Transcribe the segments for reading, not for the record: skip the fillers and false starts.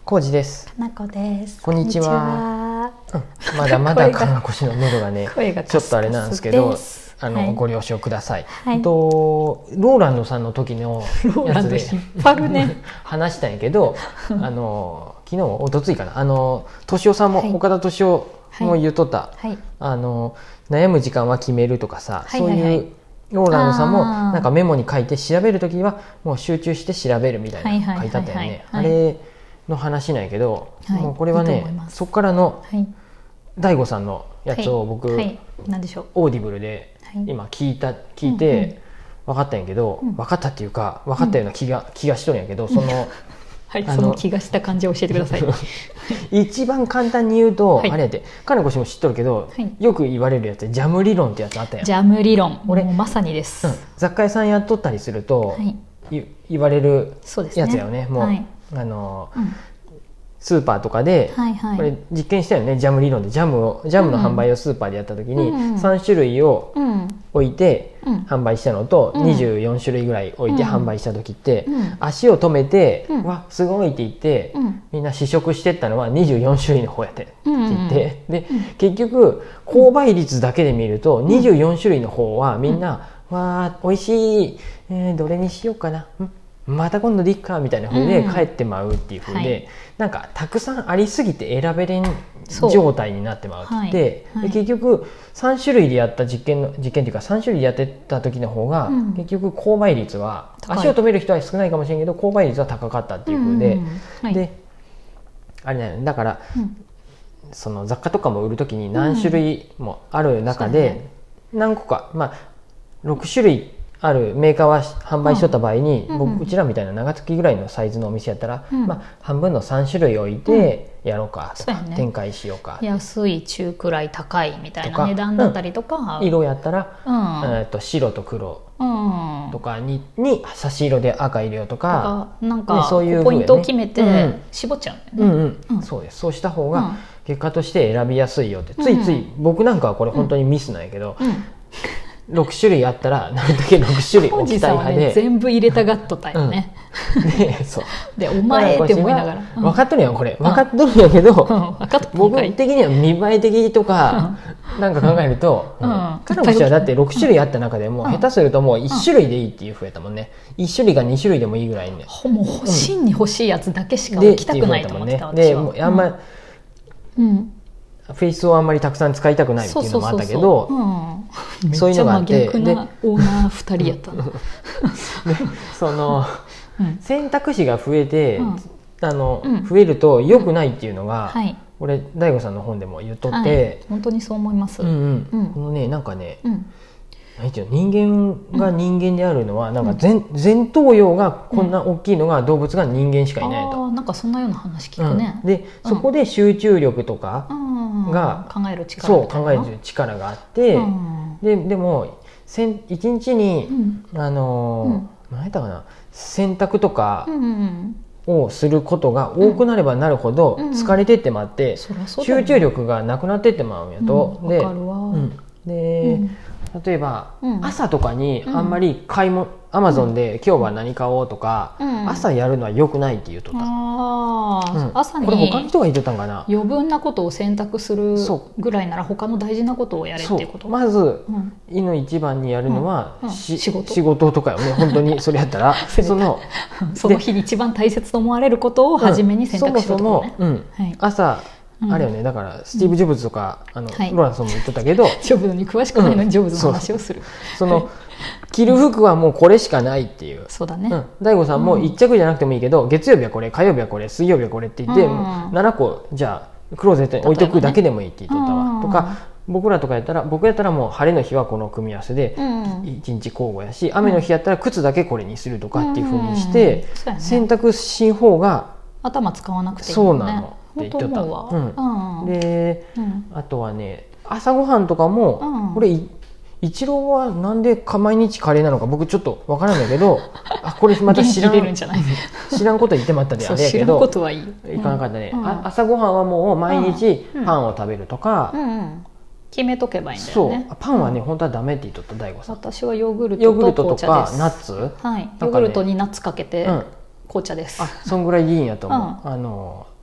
浩二です。 かなこです。 こんにちは。まだまだかなこ氏の喉がねちょっとあれなんですけど、ご了承ください。ローランドさんの時のやつで話したんやけど、昨日おとついかな、敏夫さんも、岡田敏夫も言っとった、悩む時間は決めるとかさ、そういうローランドさんもなんかメモに書いて調べる時はもう集中して調べるみたいな書いてあったよね。あれの話なんやけど、もうこれはね、そこからの大悟さんのやつを僕、オーディブルで今聞いて分かったんやけど、分かったっていうか分かったような気がしとるんやけど、その気がした感じを教えてください。 一番簡単に言うと、あれやってかなこ氏も知っとるけど、よく言われるやつでジャム理論ってやつあったやん。 ジャム理論、俺まさにです、 雑貨屋さんやっとったりすると言われるやつやよね。もうスーパーとかでこれ実験したよね。ジャム理論でジャムの販売をスーパーでやった時に3種類を置いて販売したのと24種類ぐらい置いて販売した時って足を止めて「わすごい」って言ってみんな試食してったのは24種類の方やって言って、で結局購買率だけで見ると24種類の方はみんな「わーおいしい、どれにしようかな、また今度でいっか」みたいな風で帰ってまうっていう風で、なんかたくさんありすぎて選べれん状態になってまうって、結局3種類でやった実験っていうか3種類でやってた時の方が、結局購買率は足を止める人は少ないかもしれんけど購買率は高かったっていう風で、であれだから、その雑貨とかも売る時に何種類もある中で何個か、6種類あるメーカーは販売しとった場合に、うちらみたいな長月ぐらいのサイズのお店やったら、半分の3種類置いてやろうかとか、展開しようか、 安い中くらい高いみたいな値段だったりとか、 色やったら、白と黒とかに差し色で赤入れようとか、 なんかそういうポイントを決めて絞っちゃうんだよね。 そうです。そうした方が結果として選びやすいよって、ついつい僕なんかはこれ本当にミスなんやけど、6種類あったらなるだけ6種類置きたい派で、 全部入れたがっとったよね。でお前って思いながら分かっとるやん、これ分かっとるんやけど、僕的には見栄え的とかなんか考えると、かなこ氏はだって6種類あった中でも下手するともう1種類でいいっていうふうやったもんね。1種類が2種類でもいいぐらいね。 もう真に欲しいやつだけしか置きたくないと思ってた私は。 であんまフェイスをあんまりたくさん使いたくないっていうのもあったけど、そういうのがあって、 めっちゃ真逆なオーナー2人やったな。 その選択肢が増えて増えると良くないっていうのが、俺大悟さんの本でも言っとって、 本当にそう思います。このね、なんかね、人間が人間であるのはなんか前頭葉がこんな大きいのが動物が人間しかいないと。 なんかそんなような話聞くね。 でそこで集中力とかが考える力があって、でも一日に何やったかな、洗濯とかをすることが多くなればなるほど疲れてってまって、集中力がなくなってってまうんやと。で例えば朝とかにあんまり買い物アマゾンで今日は何買おうとか朝やるのは良くないって言うとった。 朝にこれ他の人が言ってたんかな。 余分なことを選択するぐらいなら他の大事なことをやれっていうこと。 まずの一番にやるのは仕事とかよね。本当にそれやったらその日に一番大切と思われることを初めに選択しようとかね。 朝あれよね、だからスティーブ・ジョブズとかローランさんも言ってたけど、 ジョブズに詳しくないのにジョブズの話をする。 その着る服はもうこれしかないっていう。 そうだね。 大悟さんも1着じゃなくてもいいけど、月曜日はこれ、火曜日はこれ、水曜日はこれって言って7個じゃあクローゼットに置いとくだけでもいいって言っとったわ。とか僕やったらもう晴れの日はこの組み合わせで1日交互やし、雨の日やったら靴だけこれにするとかっていうふうにして選択しん方が頭使わなくていいそうなのって言ってた。であとはね、朝ごはんとかもこれ一郎はなんで毎日カレーなのか僕ちょっとわからないけど、これまた知らんこと言ってまったであれやけど、いかなかったね。朝ごはんはもう毎日パンを食べるとか決めとけばいいんだよね。 そう、パンはね本当はダメって言っとった大悟さん。 私はヨーグルトと紅茶です。 ナッツ、 ヨーグルトにナッツかけて紅茶です。 そんぐらいでいいんやと思う。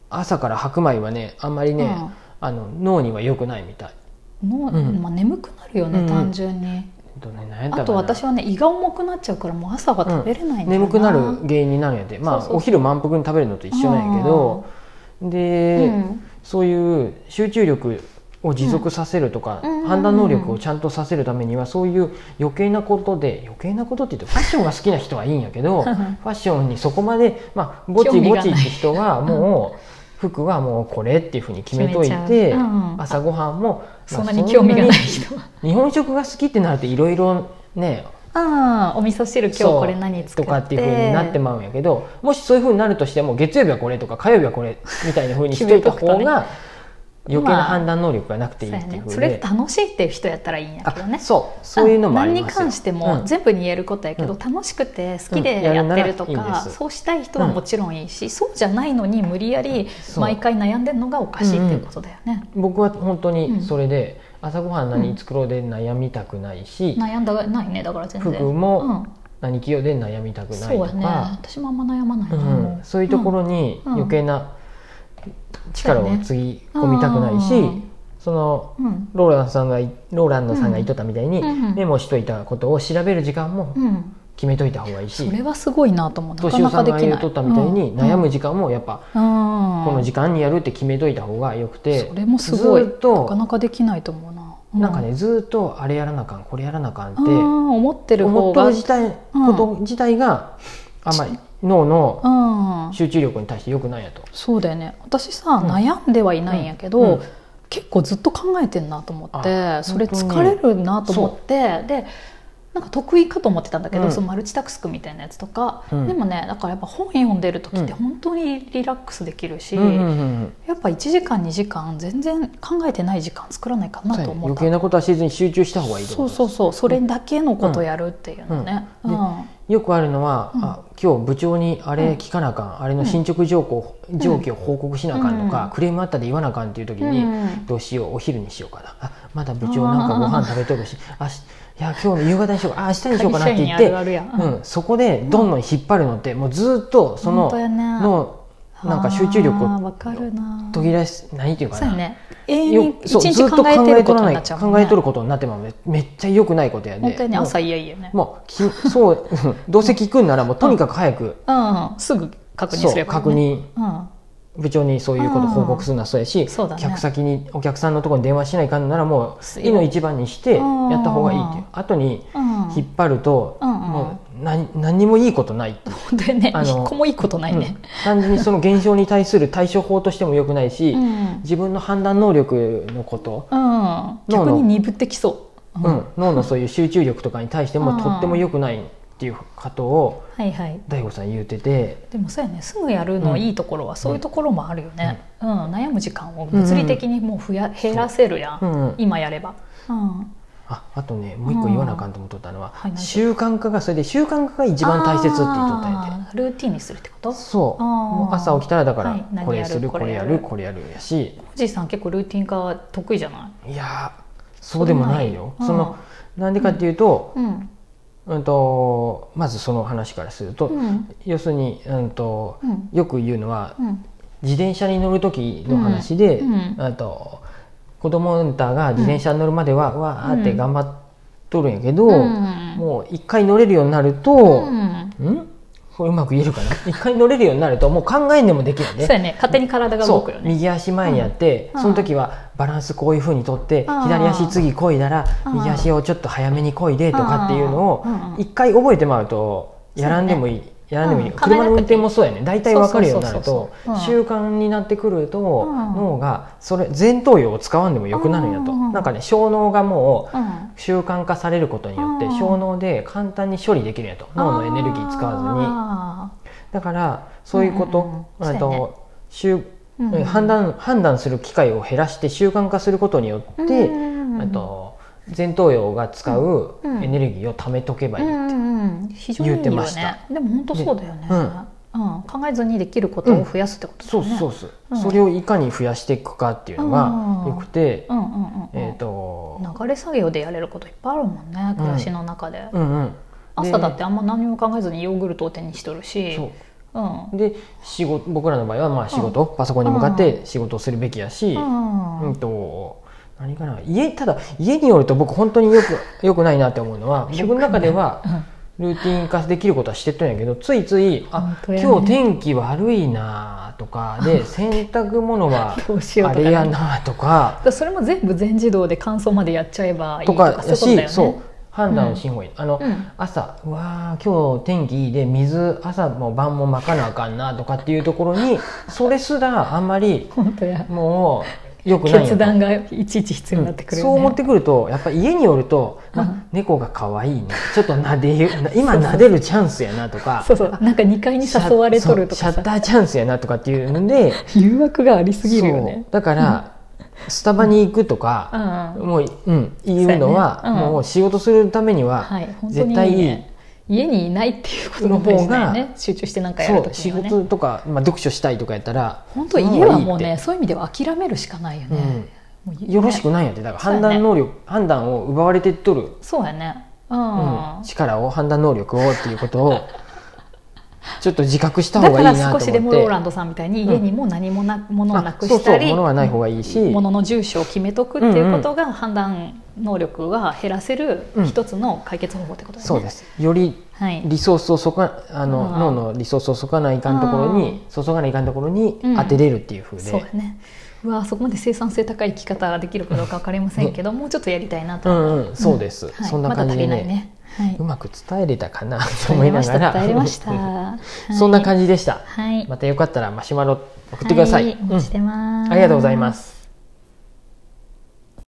朝から白米はねあんまりね、脳には良くないみたい。 眠くなるよね、単純に。あと私はね胃が重くなっちゃうからもう朝は食べれないんだよな、 眠くなる原因になるんやで、お昼満腹に食べるのと一緒なんやけど、で、そういう集中力を持続させるとか、判断能力をちゃんとさせるためにはそういう余計なことって言ってファッションが好きな人はいいんやけどファッションにそこまで、ぼちぼちって人はもう服はもうこれっていうふうに決めといて、朝ごはんもそんなに興味がない人は日本食が好きってなるといろいろね、 お味噌汁今日これ何作ってとかっていう風になってまうんやけど、もしそういう風になるとしても月曜日はこれとか火曜日はこれみたいな風にしといた方が余計な判断能力がなくていいっていう風で、 それ楽しいっていう人やったらいいんやけどね。 そういうのもありますよ。 何に関しても全部に言えることやけど、楽しくて好きでやってるとか、そうしたい人はもちろんいいし、そうじゃないのに無理やり毎回悩んでるのがおかしいっていうことだよね。 僕は本当にそれで朝ごはん何作ろうで悩みたくないし、 悩んだないね。だから全然服も何着ようで悩みたくないとか、 そうやね、私もあんま悩まないな、 そういうところに余計な力をつぎ込みたくないし、そのローランドさんが言っとったみたいにメモしといたことを調べる時間も決めといた方がいいし、 それはすごいなと思う。なか敏夫さんなかできない。 が言っとったみたいに悩む時間もやっぱこの時間にやるって決めといた方がよくて、 それもすごいずっとなかなかできないと思うな。 なんかね、ずっとあれやらなあかんこれやらなあかんって思ってる方がこと自体があんまり脳の集中力に対して良くないやと。 そうだよね。私さ、悩んではいないんやけど、結構ずっと考えてんなと思って、それ疲れるなと思って、でなんか得意かと思ってたんだけど、そのマルチタスクみたいなやつとか、でもね、だからやっぱ本読んでる時って本当にリラックスできるし、やっぱ1時間2時間全然考えてない時間作らないかなと思った。 余計なことはせずに集中した方がいいってことです。 そうそれだけのことやるっていうのね。 よくあるのは、今日部長にあれ聞かなあかん、あれの進捗状況を報告しなあかんとか、クレームあったで言わなあかんっていう時に、どうしようお昼にしようかな、まだ部長なんかご飯食べとるし、いや今日の夕方にしようか、明日にしようかなって言って、そこでどんどん引っ張るのってもうずっとそのなんか集中力を途切らし何ていうかな、 永遠に一日考えてることになっちゃうもんね。 考えとることになってもめっちゃ良くないことやで、 本当に朝いやいやね。 もうそうどうせ聞くんならもうとにかく早くすぐ確認すればいいね。 確認部長にそういうことを報告するのはそうやし、客先にお客さんのところに電話しないかんならもういの一番にしてやった方がいいっていう。後に引っ張るともう何にもいいことない。 本当にね、一個もいいことないね。 単純にその現象に対する対処法としても良くないし、自分の判断能力のこと、 逆に鈍ってきそう。 脳のそういう集中力とかに対してもとっても良くないっていうことを大悟さん言うてて、 でもそうやね、すぐやるのいいところはそういうところもあるよね。悩む時間を物理的にもう減らせるやん、今やれば。 あとね、もう一個言わなあかんと思っとったのは、習慣化がそれで習慣化が一番大切って言っとったんやで。 ルーティンにするってこと？ そう、もう朝起きたらだからこれするこれやるこれやるやし。 おじいさん結構ルーティン化得意じゃない？ いやそうでもないよ。なんでかっていうと、まずその話からすると、要するによく言うのは、自転車に乗る時の話で、子供が自転車に乗るまではわーって頑張っとるんやけど、もう一回乗れるようになると、これうまく言えるかな、一回乗れるようになるともう考えんでもできるね。 そうやね、勝手に体が動くよね。 右足前にやって、その時はバランスこういう風にとって、左足次漕いだら右足をちょっと早めに漕いでとかっていうのを一回覚えてもらうとやらんでもいい。車の運転もそうやね、大体分かるようになると習慣になってくると、脳がそれ前頭葉を使わんでもよくなるんやと。なんかね、小脳がもう習慣化されることによって小脳で簡単に処理できるんやと、脳のエネルギー使わずに。だからそういうこと、判断する機会を減らして習慣化することによって、前頭葉が使うエネルギーを貯めとけばいいって言ってました。 でも本当そうだよね。考えずにできることを増やすってことだよね。 そうそれをいかに増やしていくかっていうのがよくて、 流れ作業でやれることいっぱいあるもんね、暮らしの中で。朝だってあんま何も考えずにヨーグルトを手にしとるし、 で僕らの場合はまあ仕事、パソコンに向かって仕事をするべきやし、何かな、ただ家によると僕本当によくないなって思うのは、僕の中ではルーティン化できることはしてるんやけど、ついつい今日天気悪いなとかで洗濯物はあれやなとかそれも全部全自動で乾燥までやっちゃえばいいとかやし、そう判断しんほういい、朝うわ今日天気いいで水朝も晩もまかなあかんなとかっていうところにそれすらあんまりもうよくない決断がいちいち必要になってくるよね。 そう思ってくるとやっぱり家によると、猫が可愛いね、ちょっと今撫でるチャンスやなとか、 なんか2階に誘われとるとかシャッターチャンスやなとかっていうので誘惑がありすぎるよね。 だから、スタバに行くとか、もう、言うのは、もう仕事するためには絶対家にいないっていうことの方が集中して何かやるときにはね、 仕事とか、読書したいとかやったら本当家はもうね、そういう意味では諦めるしかないよね。 よろしくないんやって、だから判断を奪われてっとる。 そうやね、 力を、判断能力をっていうことをちょっと自覚した方がいいなと思って、だから少しでもローランドさんみたいに家にも何も物をなくしたり、 物はない方がいいし、 物の住所を決めとくっていうことが判断能力が減らせる一つの解決方法ってことですね。 そうです。よりリソースを脳のリソースを注がないかんところに当てれるっていう風で、 そうだね。そこまで生産性高い生き方ができるかどうか分かりませんけど、もうちょっとやりたいなと思う。 そうです。そんな感じでね、うまく伝えれたかなと思いながら、 伝えました。 そんな感じでした。またよかったらマシュマロ送ってください。 お待ちしてます。 ありがとうございます。